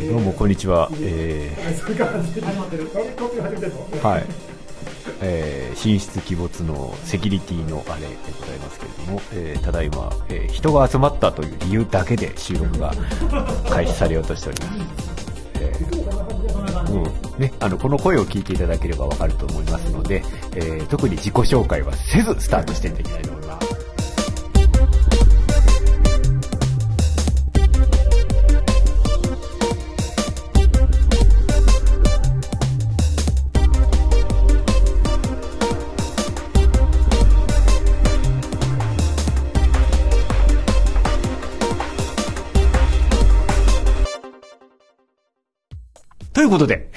どうもこんにちは。はい。神出鬼没のセキュリティのあれでございますけれども、ただいま、人が集まったという理由だけで収録が開始されようとしております。ね、この声を聞いていただければわかると思いますので、特に自己紹介はせずスタートしていただきたいと思います。ということで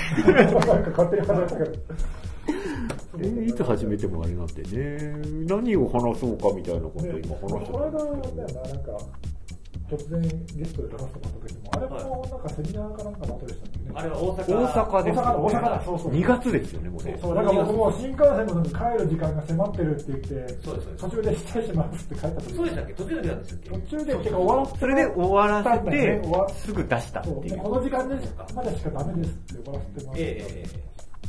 いつ始めてもあれなんでね、何を話そうかみたいなことを今話してたんですけど、 なんか突然ゲストで出させてもらった時も、あれもなんかセミナーかなんかの後でしたっけね。あれは大阪ですよね。 大阪だ、そうそう。 2月ですよね、もうね。 そう、だから僕も新幹線の帰る時間が迫ってるって言って、途中で失礼しますって書いた時。 そうでしたっけ？途中でなんですっけ？ 途中で、終わらせて。 それで終わらせて、すぐ出したっていう。 この時間までしかダメですって終わらせてます。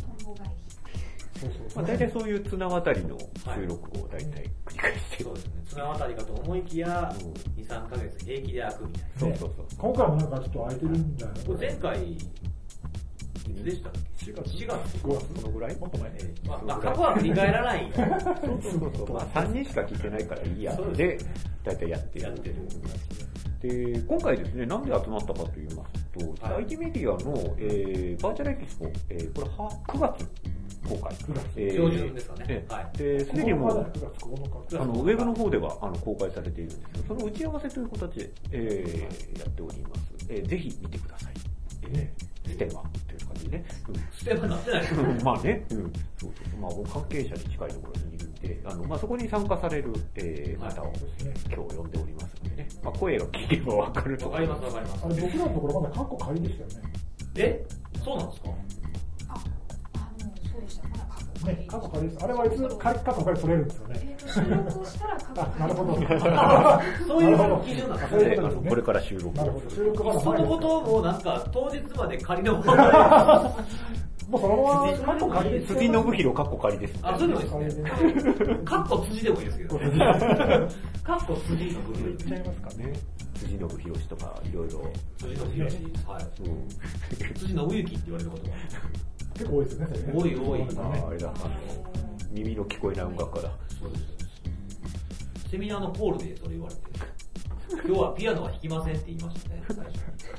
大体そういう綱渡りの収録を大体繰り返してる。 そうですね。綱渡りかと思いきや、2、3ヶ月平気で開くみたいな。 そう。今回もなんかちょっと空いてるんじゃないですか。 前回、いつでしたっけ？ 4月、 5月、このぐらいもっと前。 過去は振り返らない。 そう。3人しか聞いてないからいいや。で、大体やってる。で、今回ですね、なんで集まったかと言いますと、IT メディアの、バーチャルエキスポ、これ9月公開。 上旬ですかね。 で、すでにもう、ウェブの方では公開されているんですけど、その打ち合わせという形で、やっております。ぜひ見てください。ステマという感じでね。 ステマなってないまあね、そう。まあ、関係者に近いところにいるんで、そこに参加される、方を今日呼んでおりますのでね。まあ、声が聞けばわかると思います。 わかります。 あれ、僕らのところまだカッコ仮でしたよね。 そうなんですか？ そうでした。まだ過去仮です。あれはいつ過去仮取れるんですよね。 収録したら過去仮。 なるほど。 そういう基準なんですね。これから収録。 なるほど。収録がそのことをもうなんか当日まで仮のもうそのまま過去仮です。 辻信弘過去仮です。 そうでもいいですね。過去辻でもいいですけど。過去辻の部分言っちゃいますかね。 辻信弘とかいろいろ。 辻信弘、はい。辻信之って言われることが。 結構多いですね。 多い。 あれだ、耳の聞こえない音楽家だ。 そうです。セミナーのホールでそれ言われて、今日はピアノは弾きませんって言いましたね、最初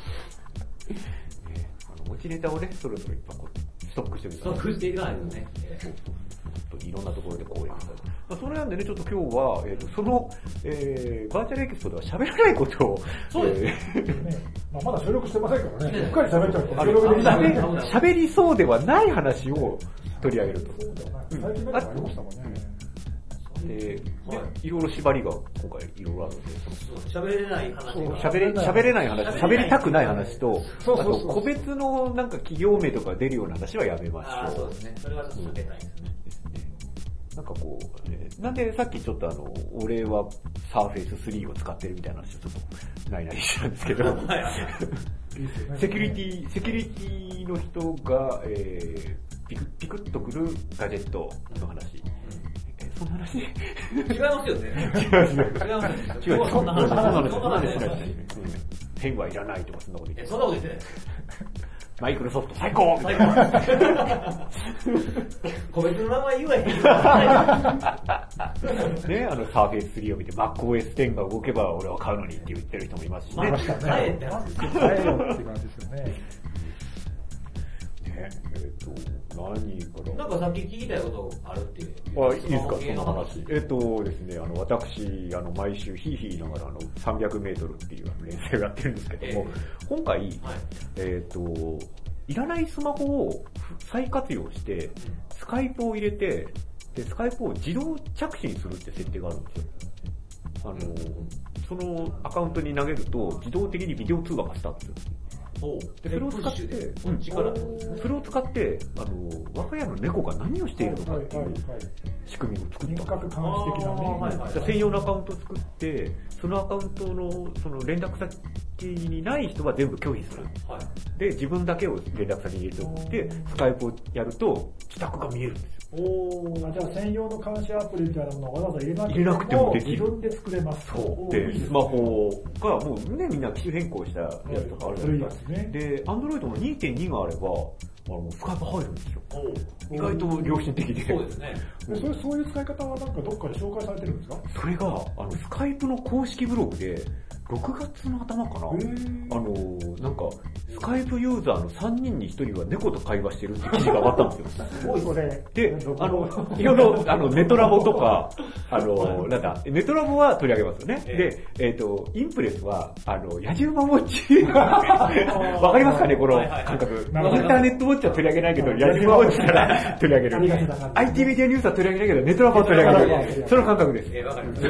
に。持ちネタをね、そろそろいっぱいストックしてみた。 ストックしていかないとね。 いろんなところで講演したり。それなんでね、ちょっと今日は、その、バーチャルエキスポでは喋らないことを、 そうですね。 まだ収録してませんからね。うっかり喋っちゃうと。 喋りそうではない話を取り上げると。 最近なんかありましたもんね。 いろいろ縛りが今回いろいろあるので。 喋れない話。 喋れない話、喋りたくない話と、あと個別のなんか企業名とか出るような話はやめましょう。 そうですね。それはちょっと避けたいですね。 なんかこう、なんでさっきちょっと俺はサーフェイス3を使ってるみたいな話をちょっとないないしたんですけど、セキュリティの人が、ピクッとくるガジェットの話。そんな話？ 違いますよね。違います。 そんな話しない。ペンはいらないとかそんなこと言って。 そんなこと言ってない。 マイクロソフト最高みたいな。個別の名前言わへん。ね、 サーフェイス3を見て MacOS10 が動けば俺は買うのにって言ってる人もいますしね。 買えって話ですよ。買えよって感じですよね。 何からなんかさっき聞きたいことあるっていう。 いいですか、その話。ですね、私、毎週ヒーヒー言いながら300メートルっていう連載をやってるんですけども、今回、いらないスマホを再活用して、スカイプを入れて、で、スカイプを自動着信するって設定があるんですよ。そのアカウントに投げると、自動的にビデオ通話がスタートする。 でそれを使って、それを使って、我が家の猫が何をしているのかっていう仕組みを作った。 遠隔監視的なね。 専用のアカウントを作って、そのアカウントのその連絡先にない人は全部拒否する。で、自分だけを連絡先に入れておいて、スカイプをやると、自宅が見えるんですよ。 じゃあ専用の監視アプリみたいなものをわざわざ入れなくてもできる。自分で作れます。 そう。で、スマホがもうね、みんな機種変更したやつとかあるじゃないですか。で、Android の 2.2 があれば、スカイプ入るんですよ。意外と良心的で。 そうですね。 そういう使い方はなんかどっかで紹介されてるんですか？ それが、スカイプの公式ブログで、6月の頭かな、なんか、スカイプユーザーの3人に1人は猫と会話してるって記事が上がったんですよ。 すごいそれ。 で、いろいろ、ネトラボとか、なんだ、ネトラボは取り上げますよね。で、インプレスは、野獣馬ウォッチ。わかりますかね、この感覚。インターネットウォッチは取り上げないけど、野獣馬ウォッチから取り上げる。IT メディアニュースは取り上げないけど、ネトラボは取り上げる。その感覚です。 わかります。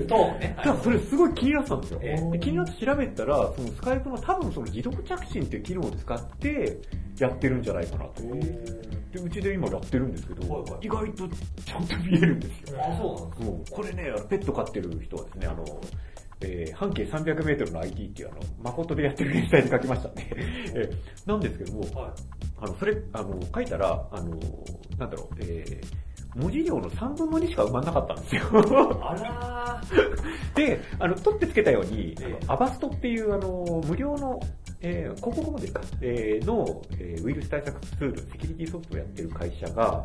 ただそれすごい気になってたんですよ。気になって調べたら、そのスカイプの多分その自動着信っていう機能を使ってやってるんじゃないかなと。で、うちで今やってるんですけど、意外とちゃんと見えるんですよ。 そうなんです。 これね、ペット飼ってる人はですね、半径300メートルの IT っていう誠でやってる連載で書きましたね。なんですけども、それ、書いたら、なんだろう、文字量の3分の2しか埋まんなかったんですよ。 あらー。で、取ってつけたように、アバストっていう無料の、広告モデルか、の、ウイルス対策ツール、セキュリティソフトをやってる会社が、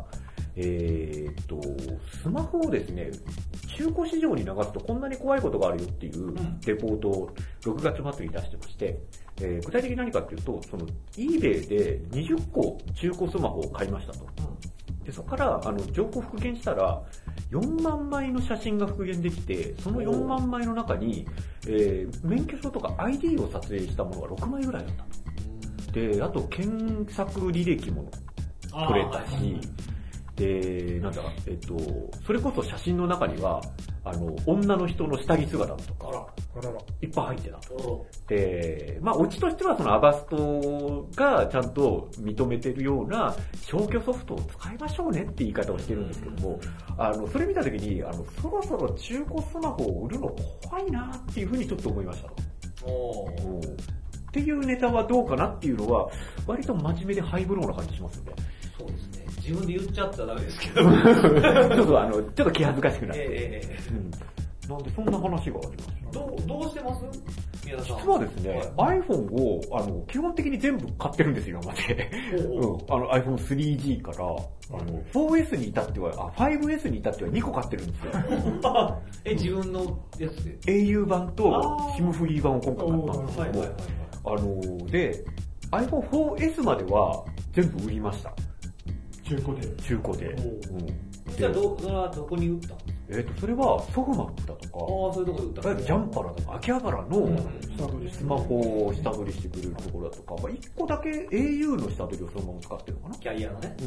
スマホをですね、中古市場に流すとこんなに怖いことがあるよっていうレポートを6月末に出してまして、具体的に何かっていうと、その eBay で20個中古スマホを買いましたと。でそこから情報復元したら4万枚の写真が復元できて、その4万枚の中に、免許証とか ID を撮影したものが6枚ぐらいだったと。で、あと検索履歴も取れたし、で、なんだ、それこそ写真の中には、女の人の下着姿とか、いっぱい入ってたと。で、まあ、オチとしてはそのアバストがちゃんと認めてるような消去ソフトを使いましょうねって言い方をしてるんですけども、それ見たときに、そろそろ中古スマホを売るの怖いなっていうふうにちょっと思いましたと。っていうネタはどうかなっていうのは、割と真面目でハイブローな感じしますよね。 そうですね。自分で言っちゃったらダメですけど。 ちょっと気恥ずかしくなって。なんでそんな話があります。 どうしてます宮田さん。 実はですね、iPhone を基本的に全部買ってるんですよ、今まで。iPhone 3G から、4S に至っては、5S に至っては2個買ってるんですよ。 自分のやつで au 版と SIM フリー版を今回買ったんですけど、で、iPhone4S までは全部売りました。 中古で。 じゃあそれはどこに売ったの？ それはソフマップだとか、 そういうとこで売った。 ジャンパラとか秋葉原のスマホを下取りしてくれるところだとか、1個だけ au の下取りをそのまま使ってるのかな。 キャリアのね。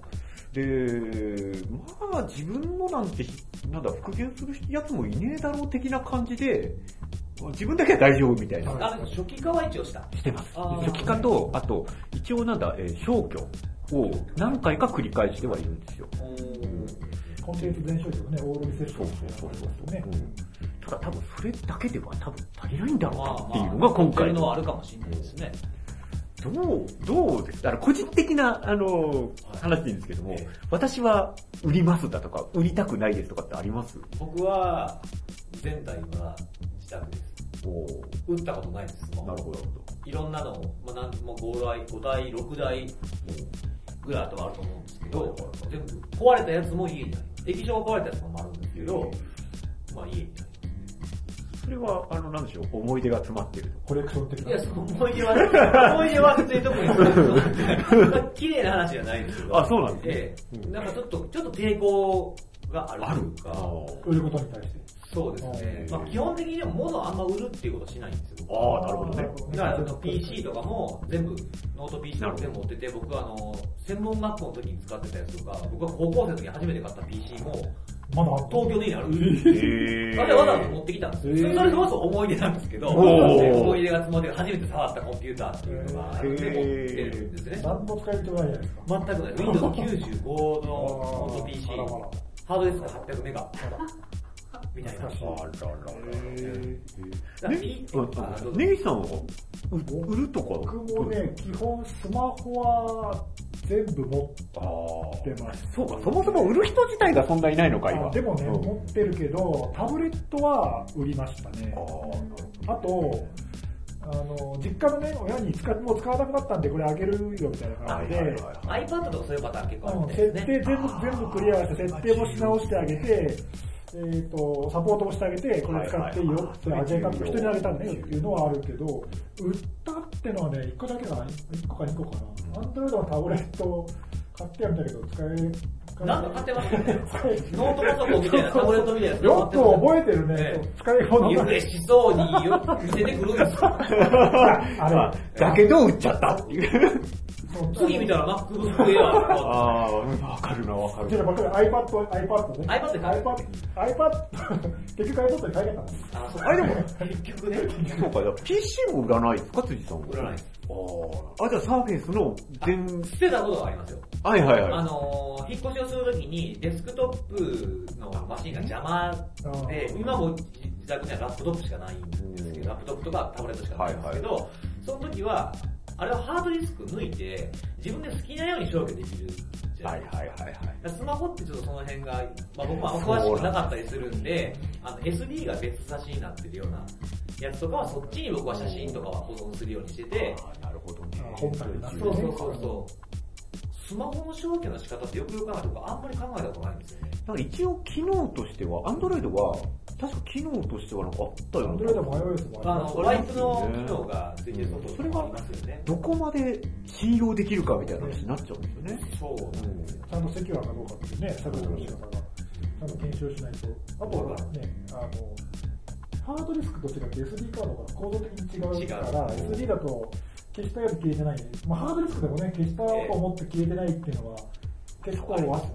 で、まあ自分のなんて、なんだ、復元するやつもいねえだろう的な感じで、自分だけは大丈夫みたいな。 初期化は一応してます。初期化と、あと、一応なんだ、消去を何回か繰り返してはいるんですよ。 コンテンツ全消去ね、オールリセット。 ただ多分それだけでは多分足りないんだろうなっていうのが今回のあるかもしれないですね。 どうですか？個人的な、話でいいんですけども、私は売りますだとか、売りたくないですとかってあります？ 僕は、全体は自宅です。売ったことないです。 なるほど。 いろんなのを、5台、6台ぐらいとあると思うんですけど、全部壊れたやつも家にある。液晶が壊れたやつもあるんですけど、まあ家にある。 それは、なんでしょう、思い出が詰まってる。 コレクション的な。 いや、思い出は別に特に綺麗な話じゃないんですけど。 そうなんですね。なんかちょっと抵抗があるというか。 売ることに対して。 そうですね。基本的にでも物をあんま売るっていうことはしないんですよ。 なるほどね。 だから PC とかも全部、ノート PC とか全部持ってて、僕は専門学校の時に使ってたやつとか、僕は高校生の時に初めて買った PC もまだ東京でにある。あれわざわざ持ってきたんですよ。それこそ思い出なんですけど、思い出が詰まって初めて触ったコンピューターっていうのがあるんで持ってるんですね。 何の使い道もないじゃないですか。 全くない。Windows 95のノート PC、ハードディスク800メガ。みたいな。 ネギさんは売るとか？ 僕もね、基本スマホは全部持ってます。 そうか、そもそも売る人自体がそんないないのか、今。 でもね、持ってるけど、タブレットは売りましたね。あと、実家のね、親にもう使わなくなったんで、これあげるよみたいな感じで、 iPad とかそういうパターン結構あるんですね。 設定全部クリアして、設定もし直してあげて、サポートをしてあげて、これ使っていいよってあげた人にあげたねっていうのはあるけど、売ったってのはね、1個だけかな、1個か2個かな。Android のタブレット買ってやるんだけど、使えなんか買ってますよね。ノートパソコンみたいな、タブレットみたいな。 よく覚えてるね。使い物が。 嬉しそうに見せてくるんですよ。 あれ、だけど売っちゃったっていう。 次見たら MacBook Air。 わかるな、わかる。 iPad ね。 iPad で買う。 結局 iPad で買い方あれでも、 結局ね。 そうか、PC も売らないですか、辻さんも。 売らないです。 じゃあサーフェイスの捨てたことがありますよ。 はいはいはい。 引っ越しをするときにデスクトップのマシンが邪魔で、今も自宅にはラップトップしかないんですけど、ラップトップとかタブレットしかないんですけど、その時は、あれはハードディスク抜いて、自分で好きなように消去できるじゃないですか。スマホってちょっとその辺が、僕も詳しくなかったりするんで、SD が別差しになってるようなやつとかは、そっちに僕は写真とかは保存するようにしてて、 なるほどね。 そう。スマホの消去の仕方ってよくよく考えたことあんまり考えたことないんですよね。 なんか一応機能としては、Android は、確か機能としてはなんかあったよね。 Android も iOS もある。 ワイプの機能がついてることそれがどこまで信用できるかみたいな話になっちゃうんですよね。 そう。 ちゃんとセキュアかどうかっていうね、削除の仕方が、ちゃんと検証しないと。あとはね、ハードディスクと違って SD カードが構造的に違うから、SD だと消したより消えてない。まあハードディスクでもね、消したと思って消えてないっていうのは結構あって、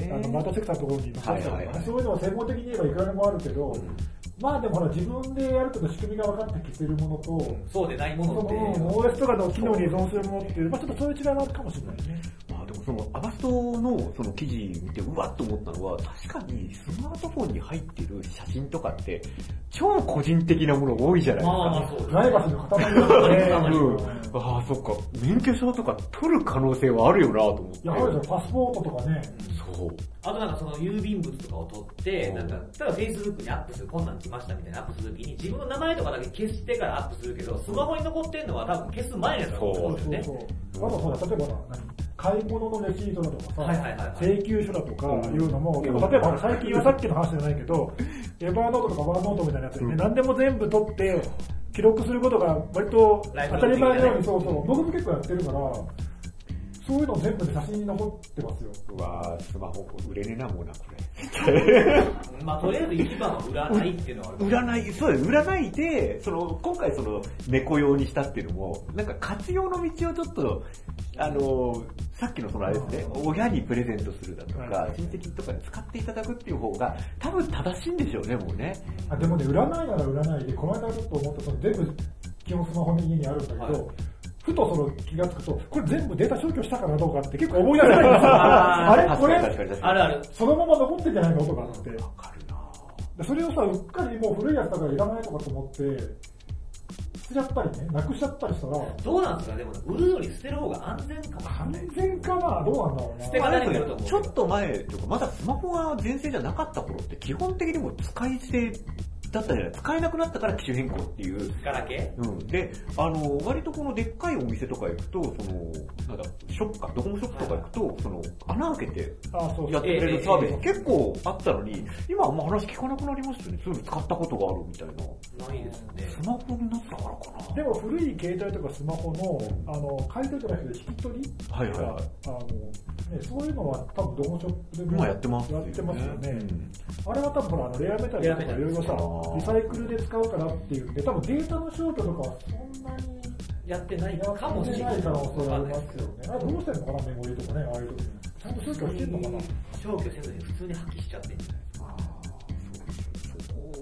マトセクターのところに残したりとか、そういうのは専門的に言えばいくらでもあるけど、まあでもほら自分でやると仕組みが分かって消せるものと、 そうでないものって、 OS とかの機能に依存するものっていう、まあちょっとそういう違いがあるかもしれないね。 でもそのアバストのその記事見てうわっと思ったのは、確かにスマートフォンに入ってる写真とかって超個人的なもの多いじゃないですか。 プライバシーの塊だよね。 ああ、そっか。免許証とか取る可能性はあるよなと思って。 いや、あるじゃん。パスポートとかね。 そう。 あとなんかその郵便物とかを取って、なんか、例えば Facebook にアップする、こんなん来ましたみたいなアップするときに、自分の名前とかだけ消してからアップするけど、スマホに残ってんのは多分消す前のやつだと思うんですよね。 あとほら、例えば買い物のレシートだとかさ、請求書だとかいうのも、例えば最近はさっきの話じゃないけど、エバーノートとかワーノートみたいなやつでね、何でも全部取って記録することが割と当たり前のように、そうそう、僕も結構やってるから、そういうの全部で写真に残ってますよ。 うわぁ、スマホ売れねえな、もうな、これ。 まあとりあえず一番は売らないっていうのはある。 売らない、そうです。売らないで、今回猫用にしたっていうのも、なんか活用の道をちょっと、さっきのあれですね、親にプレゼントするだとか、親戚とかに使っていただくっていう方が、多分正しいんでしょうね、もうね。 でもね、売らないなら売らないで、この間ちょっと思った、全部基本スマホの家にあるんだけど、ふと気がつくと、これ全部データ消去したかなどうかって結構思い出せないんですよ。あれこれあるある。 そのまま残ってんじゃないのとかあって。 わかるなそれをさ、うっかりもう古いやつだからいらないとかと思って、捨てちゃったりね、なくしちゃったりしたら。 どうなんですかでも、売るより捨てる方が安全かもしれない。 安全かなどうなんだろうな。 捨て方によると思う。 ちょっと前とか、まだスマホが全盛じゃなかった頃って基本的にもう使い捨てだったじゃない。使えなくなったから機種変更っていう。 ガラケーで、割とこのでっかいお店とか行くと、ショップか、ドコモショップとか行くと、穴開けてやってくれるサービス結構あったのに、今はあんま話聞かなくなりましたよね。そういうの使ったことがあるみたいな。 ないですよね。 スマホになったからかな。 でも古い携帯とかスマホの、買い取りじゃなくて引き取りはいはいはい。 そういうのは多分ドコモショップでもやってますよね。あれは多分ほら、レアメタルとかいろいろさ、リサイクルで使うからって言って、多分データの消去とかはそんなにやってないかもしれない。 可能性ありますよね。どうしてんのかな、メモリとかね、ああいう時に。ちゃんと消去してんのかな。 消去せずに普通に破棄しちゃってんじゃないですか。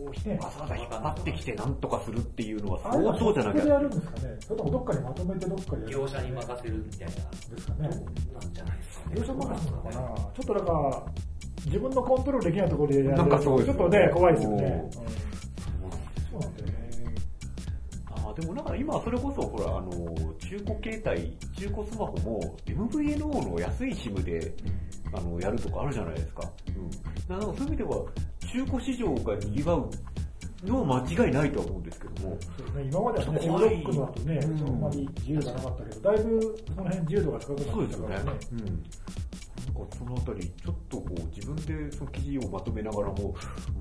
わざわざ引っ張ってきてなんとかするっていうのは相当じゃなきゃ。 でやるんですかね。それともどっかにまとめてどっかにやる。 業者に任せるみたいな。 ですかね。 なんじゃないですかね。 業者任せなのかな。ちょっとなんか、自分のコントロールできないところでやる。 なんかそうですちょっとね、怖いですよね。 そうなんだよね。でもなんか今それこそほら中古携帯、中古スマホも MVNO の安い SIM でやるとかあるじゃないですか。だからそういう意味では中古市場が賑わうの間違いないとは思うんですけども。 そうですね。今まではね、ブロックの後ね、あんまり自由がなかったけど、だいぶその辺自由度が高くなってきたからね。 そうですよね。そのあたりちょっとこう自分でその記事をまとめながらも。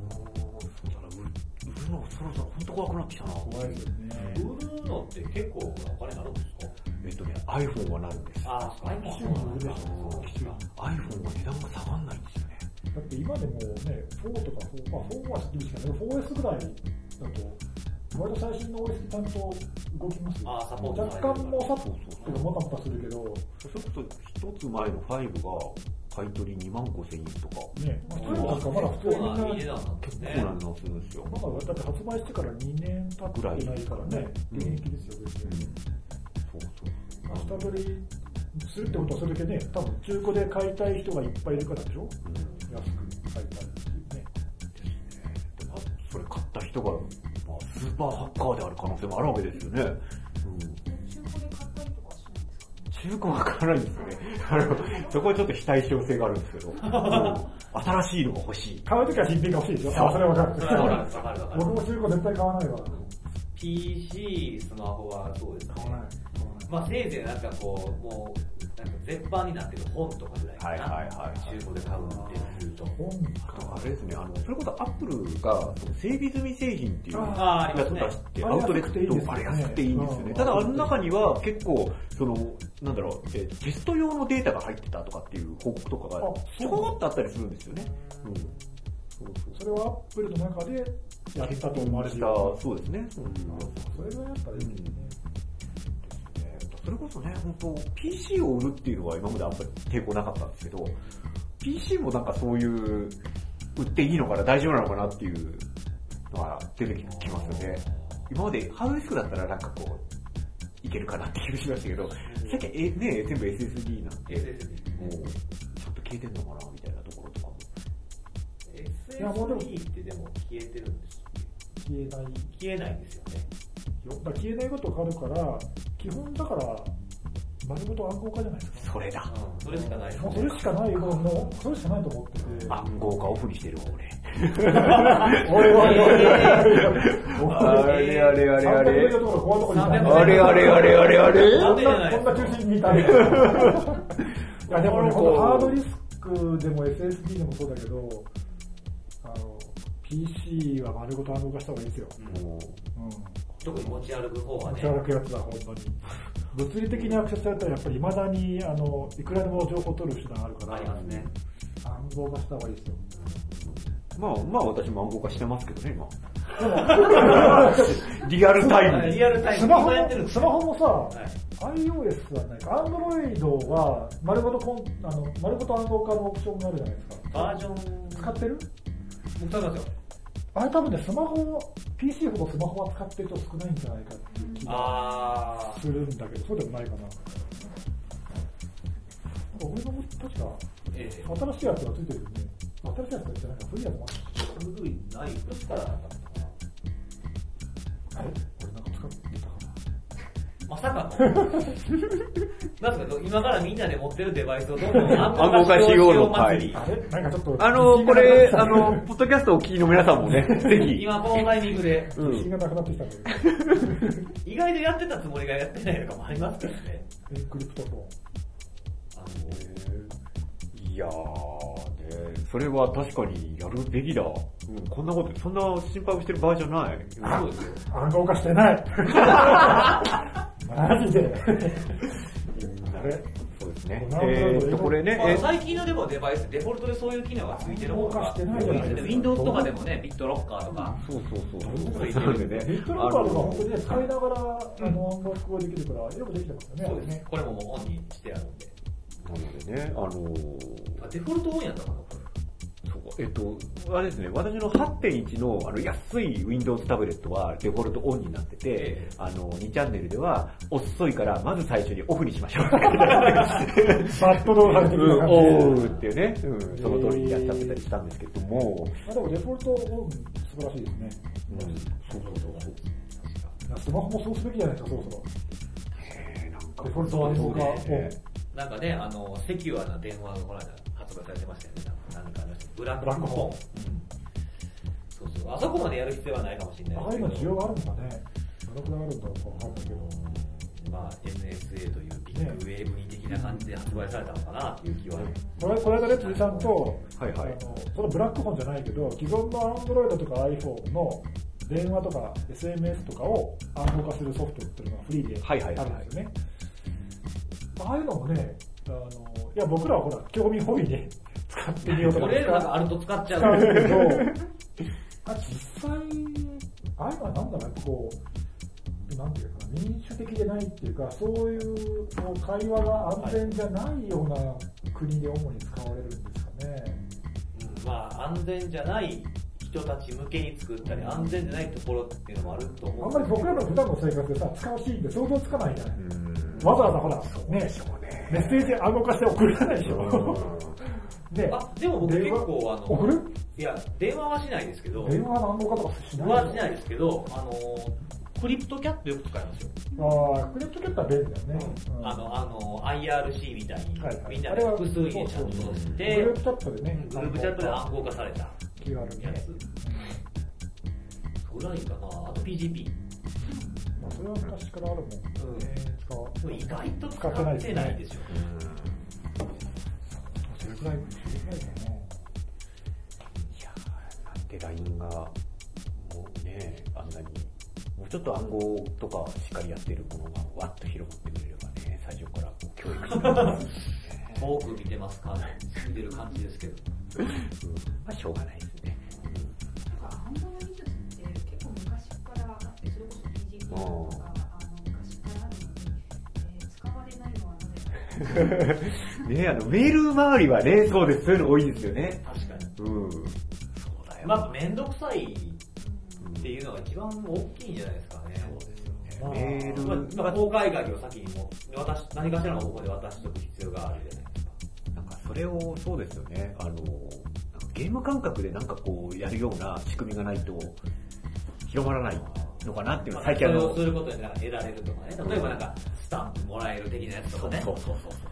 売るのそろそろ本当怖くなってきたな。 怖いですね。 売るのって結構お金になるんですか ？iPhone はなるんです。 iPhone は売るでしょ。 iPhone は値段が下がんないんですよね。 だって今でもね、4とか4、4は厳しいけど、4S ぐらいだと、割と最新の OS ちゃんと動きますよ。若干もさっともたもたするけど、 それこそ一つ前の5が買い取り25,000円とか。 ね、そういうのかまだ普通にみんな結構な値段するんですよ。 まだだって発売してから2年経ってないからね、現役ですよ、別に。下取りするってことはそれだけね、多分中古で買いたい人がいっぱいいるからでしょ、安く買いたいっていうね。 でもそれ買った人が、スーパーハッカーである可能性もあるわけですよね。中古は買わないんですよね。そこはちょっと非対称性があるんですけど、新しいのが欲しい。 買うときは新品が欲しいでしょ。それは分かる。僕も中古絶対買わないわ。 PC、スマホはそうですね。 買わない。 せいぜいなんかこう、もう、なんか絶版になってる本とかぐらいかな。中古で買うって言うと。 本あれですね、それこそアップルが整備済み製品っていうやつを出して、アウトレット、あれ安くていいんですよね。ただあの中には結構、なんだろう、テスト用のデータが入ってたとかっていう報告とかがちょこっとあったりするんですよね。 それはアップルの中でやったと思われるよ。 そうですね。 それがやったらいいですね。 それこそね、本当 PC を売るっていうのは今まであんまり抵抗なかったんですけど、PC もなんかそういう、売っていいのかな、大丈夫なのかなっていうのが出てきますよね。今までハードディスクだったらなんかこう、いけるかなって気がしましたけど、最近ね、全部 SSD なんで、もう、ちょっと消えてんのかなみたいなところとかも。 SSD ってでも消えてるんですよ。消えないんですよね。 消えないことがあるから、基本だから、丸ごと暗号化じゃないですか。 それだ。 それしかない。 もうそれしかないよ、もう、それしかないと思ってて。 暗号化オフにしてるわ、俺。 おい。 あれ。 あれ。こんな中心にいた。いや、でもね、ハードディスクでも SSD でもそうだけど、PC は丸ごと暗号化した方がいいですよ。 特に持ち歩く方はね。 持ち歩くやつは本当に。物理的にアクセスされたらやっぱり未だにいくらでも情報を取る手段あるから。 ありますね。 暗号化した方がいいですよ。 まあ私も暗号化してますけどね、今。リアルタイム。 スマホもさ、iOS はないか、Android は丸ごと暗号化のオプションがあるじゃないですか。 バージョン使ってる？ 使いますよ。 あれ多分ね、PC ほどスマホは使ってる人少ないんじゃないかっていう気がするんだけど、そうでもないかな。俺の確か、新しいやつがついてるよね。新しいやつってなんか古いやつもある。 古いない。そしたらなかったかな。 俺なんか使ってたかな。 まさかのなんか今からみんなで持ってるデバイスをどんどん暗号化しようの祭り。 なんかちょっとこれ、ポッドキャストをお聞きの皆さんもね、ぜひ。 今このタイミングで。 自信がなくなってきたんだけど。意外とやってたつもりがやってないとかもありますからね。 エンクリプトと。 いやー、それは確かにやるべきだ。こんなこと、そんな心配をしてる場合じゃない。 そうですよ。暗号化してない。マジで。 そうですね。これね、 最近のでもデバイス、デフォルトでそういう機能がついてる方が、Windows とかでもね、ビットロッカーとか。 そう。 ビットロッカーとか本当にね、使いながら、暗号ができるから、よくできてますよね。 そうですね。これももうオンにしてあるんで。 なのでね、 デフォルトオンやったかな、 そうか。 あれですね、私の 8.1 の安い Windows タブレットはデフォルトオンになってて、2チャンネルでは遅いからまず最初にオフにしましょうって書いてあって、 バット動画的な感じで。 おーっていうね、その通りにやっちゃってたりしたんですけども。 でもデフォルトオン素晴らしいですね。そう。スマホもそうすべきじゃないですか、そろそろ。デフォルトオンが。 なんかね、セキュアな電話がこの間発売されてましたよね。なんかブラックホーン。そう。あそこまでやる必要はないかもしれないですけど。 ああいうの需要があるんだね。どのくらいあるんだろうかわかんないけど。 まあ、NSA というビッグウェーブに的な感じで発売されたのかなっていう気は。 この間レッツさんと、そのブラックフォンじゃないけど、既存の Android とか iPhone の電話とか SMS とかを暗号化するソフトっていうのがフリーであるんですよね。ああいうのもね、いや僕らはほら、興味本位で使ってみようとか。 とりあえずなんかあると使っちゃう。 けど、実際、ああいうのはなんだろう、こう、なんていうかな、民主的でないっていうか、そういう会話が安全じゃないような国で主に使われるんですかね。 まあ、安全じゃない人たち向けに作ったり、安全じゃないところっていうのもあると思う。 あんまり僕らの普段の生活でさ、使うシーンって想像つかないじゃない。わざわざほら、ね、メッセージ暗号化して送らないでしょ。 でも僕結構送る？ いや、電話はしないですけど、 電話の暗号化とかしないはしないですけど、クリプトキャットよく使いますよ。 クリプトキャットは便利だよね。 IRC みたいに、みんなで複数にちゃんとして、 グループチャットでね、 グループチャットで暗号化されたやつ。ぐらいかな。あと PGP。 それは昔からあるもん。 でも意外と使ってないですよ。 それくらいかな。 いやなんで LINE が、もうね、あんなに、もうちょっと暗号とかしっかりやってるものがわっと広まってくれればね、最初から教育して遠く見てますか見てる感じですけど。 まあしょうがないですね。 暗号の技術って結構昔からあって、それこそ PGP とか昔からあるのに、使われないのはなぜか。 ね、メール周りはね、そうです。そういうの多いですよね。 確かに。 そうだよ。 まあ、めんどくさいっていうのが一番大きいんじゃないですかね。 そうですよね。メール。 公開外を先に何かしらの方法で渡しておく必要があるじゃないですか。 なんかそれを、そうですよね。ゲーム感覚でなんかこうやるような仕組みがないと広まらないのかなっていうのは最近それをすることでなんか得られるとかね。例えばなんかスタンプもらえる的なやつとかね。 そう。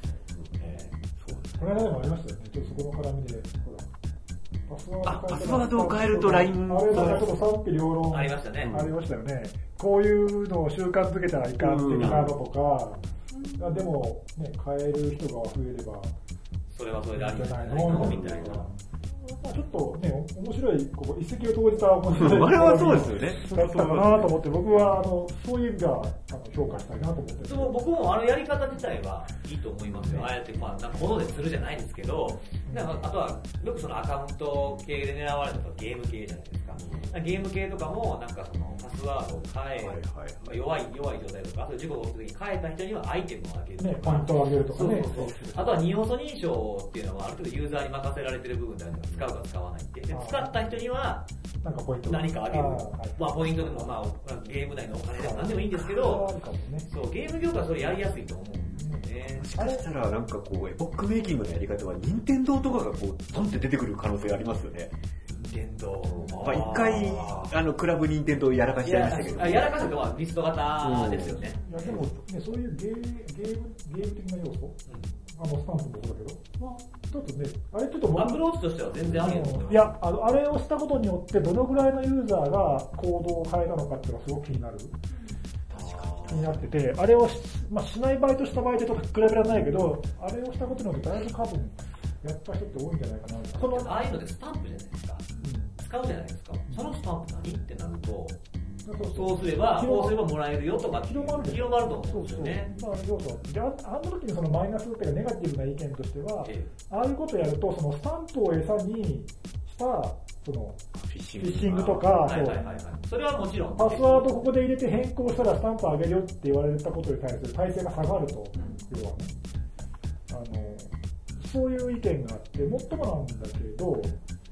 これでもありましたよね。ちょっとそこの絡みで、ほら。 パスワードを変えると LINE あれなんかちょっと賛否両論ありましたね。 ありましたよね。こういうのを習慣づけたらいかん的なのとか、でも、ね、変える人が増えれば、 それはそれでありじゃないのみたいな。 ちょっとね、面白い、一石を投じた面白い。 あれはそうですよね。 だったかなと思って、僕はそういう意味では評価したいなと思って。 でも僕もやり方自体はいいと思いますよ。ああやってなんか物でするじゃないですけど、なんかあとはよくそのアカウント系で狙われたとかゲーム系じゃないですか。ゲーム系とかもなんかそのパスワードを変え、弱い状態とか、そういう事故が起きた時に変えた人にはアイテムをあげるとか、 ね、ポイントをあげるとかね。 あとは二要素認証っていうのはある程度ユーザーに任せられてる部分であるから使うか使わないって。で使った人には何かあげる。まあポイントでもまあゲーム内のお金でも何でもいいんですけど、そうゲーム業界はそれやりやすいと思うんですよね。 もしかしたらなんかこうエポックメイキングのやり方は任天堂とかがこうドンって出てくる可能性がありますよね。 任天堂。 まあ一回クラブ任天堂やらかしちゃいましたけど。 やらかしたのはリスト型ですよね。 いやでもねそういうゲーム的な要素、スタンプもそうだけど、まあちょっとねあれちょっとアプローチとしては全然ありですよ。 いやあれをしたことによってどのぐらいのユーザーが行動を変えたのかっていうのがすごく気になる。気になってて、あれを しない場合とした場合でちょっと比べられないけど、あれをしたことによってだいぶ多分やった人って多いんじゃないかな。 ああいうのでスタンプじゃないですか。使うじゃないですか。そのスタンプ何ってなると、そうすればもらえるよとか広まると思うんですよね。 そう。で、あの時にそのマイナスっていうかネガティブな意見としては、ああいうことをやると、そのスタンプを餌にした、その、フィッシングとか、 それはもちろん。 パスワードここで入れて変更したらスタンプあげるよって言われたことに対する体制が下がると、要はね。そういう意見があって、もっともなんだけど、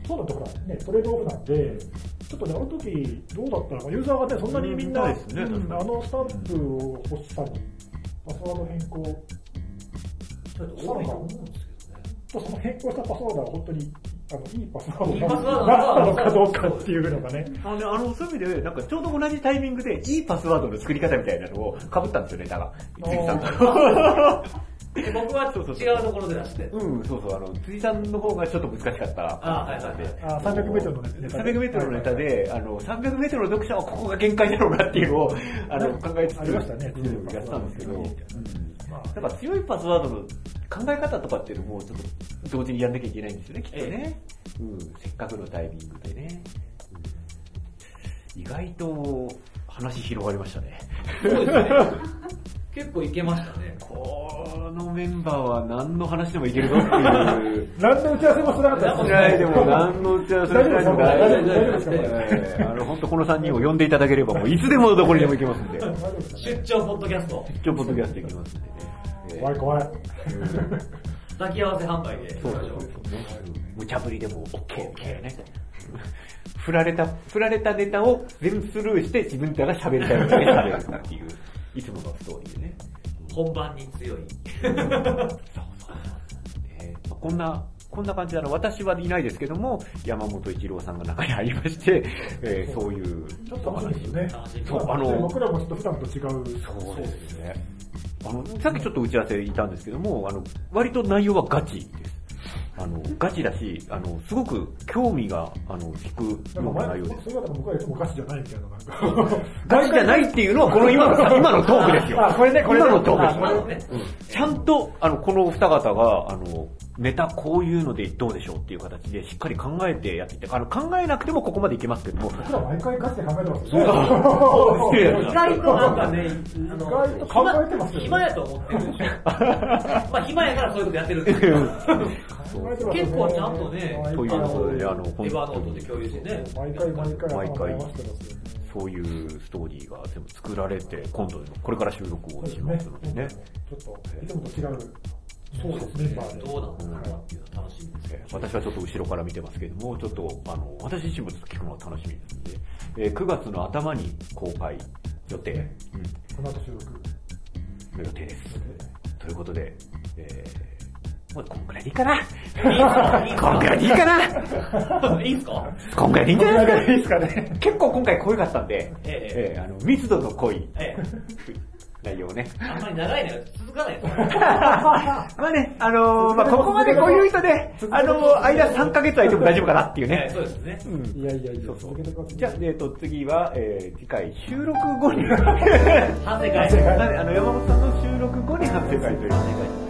そういうのとかね、トレードオフなんで、ちょっとね、あの時どうだったのか、ユーザーがね、そんなにみんな、あのスタンプを欲しさに、パスワード変更、 ちょっと多いと思うんですけどね。 その変更したパスワードは本当に、いいパスワードだったのかどうかっていうのがね。 そういう意味で、なんかちょうど同じタイミングで、いいパスワードの作り方みたいなのを被ったんですよ、ネタが。辻さんが。 僕は違うところで出して。 そうそう、辻さんの方がちょっと難しかった。 300メートルのネタで。 300メートルのネタで、300メートルの読者はここが限界だろうなっていうのを、考えつつ、 ありましたね、 やったんですけど、だから強いパスワードの考え方とかっていうのも、ちょっと同時にやんなきゃいけないんですよね、きっとね。せっかくのタイミングでね。意外と話広がりましたね。 そうですね。結構いけましたね。 このメンバーは何の話でもいけるぞっていう。 何の打ち合わせもしなかったです。 しないでも何の打ち合わせもしないでも大丈夫ですか？ 本当この3人を呼んでいただければもういつでもどこにでも行けますんで。 出張ポッドキャスト。 出張ポッドキャスト行きますんでね。 怖い。 抱き合わせ販売で。 そう。無茶ぶりでも OK みたいなね。振られたネタを全部スルーして自分たちが喋りたいので喋るっていう、いつものストーリーでね。 本番に強い。 こんな感じで私はいないですけども、山本一郎さんが中に入りまして、そういう。 ちょっと楽しいですよね。僕らもちょっと普段と違う。 そうですね。さっきちょっと打ち合わせいたんですけども、割と内容はガチです。ガチだし、すごく興味が、引くような内容です。 それは僕はいつもガチじゃないみたいな。 ガチじゃないっていうのは、この今のトークですよ。 これね、 今のトークです。ちゃんと、このお二方が、ネタこういうのでどうでしょうっていう形でしっかり考えてやっていて、考えなくてもここまでいけますけども。 僕ら毎回ガチで考えてますよね。意外となんかね、 意外と考えてますよね。 暇やと思ってるでしょ。まあ暇やからそういうことやってるんですけど。結構ちゃんとね、 ということで、 エヴァノートで共有してね。 毎回。 そういうストーリーが全部作られて、今度これから収録をしますのでね。 ちょっと、いつもと違う。そうですね。 どうなのかなっていうのは楽しみですね。 私はちょっと後ろから見てますけども、ちょっと、私自身もちょっと聞くのが楽しみですので、9月の頭に公開予定。 この後収録の予定です。ということで、もうこんくらいでいいかな。こんくらいでいいかな。 いいんすか？ こんくらいでいいんじゃないですかね。 いいですかね。 結構今回濃かったんで、密度の濃い。内容ね。 あんまり長いの続かないです。 まあね、ここまでこういう人で、間3ヶ月空いても大丈夫かなっていうね。 そうですね。 いや、 そう。じゃあ、次は、次回収録後に。 反省会。 山本さんの収録後に反省会という。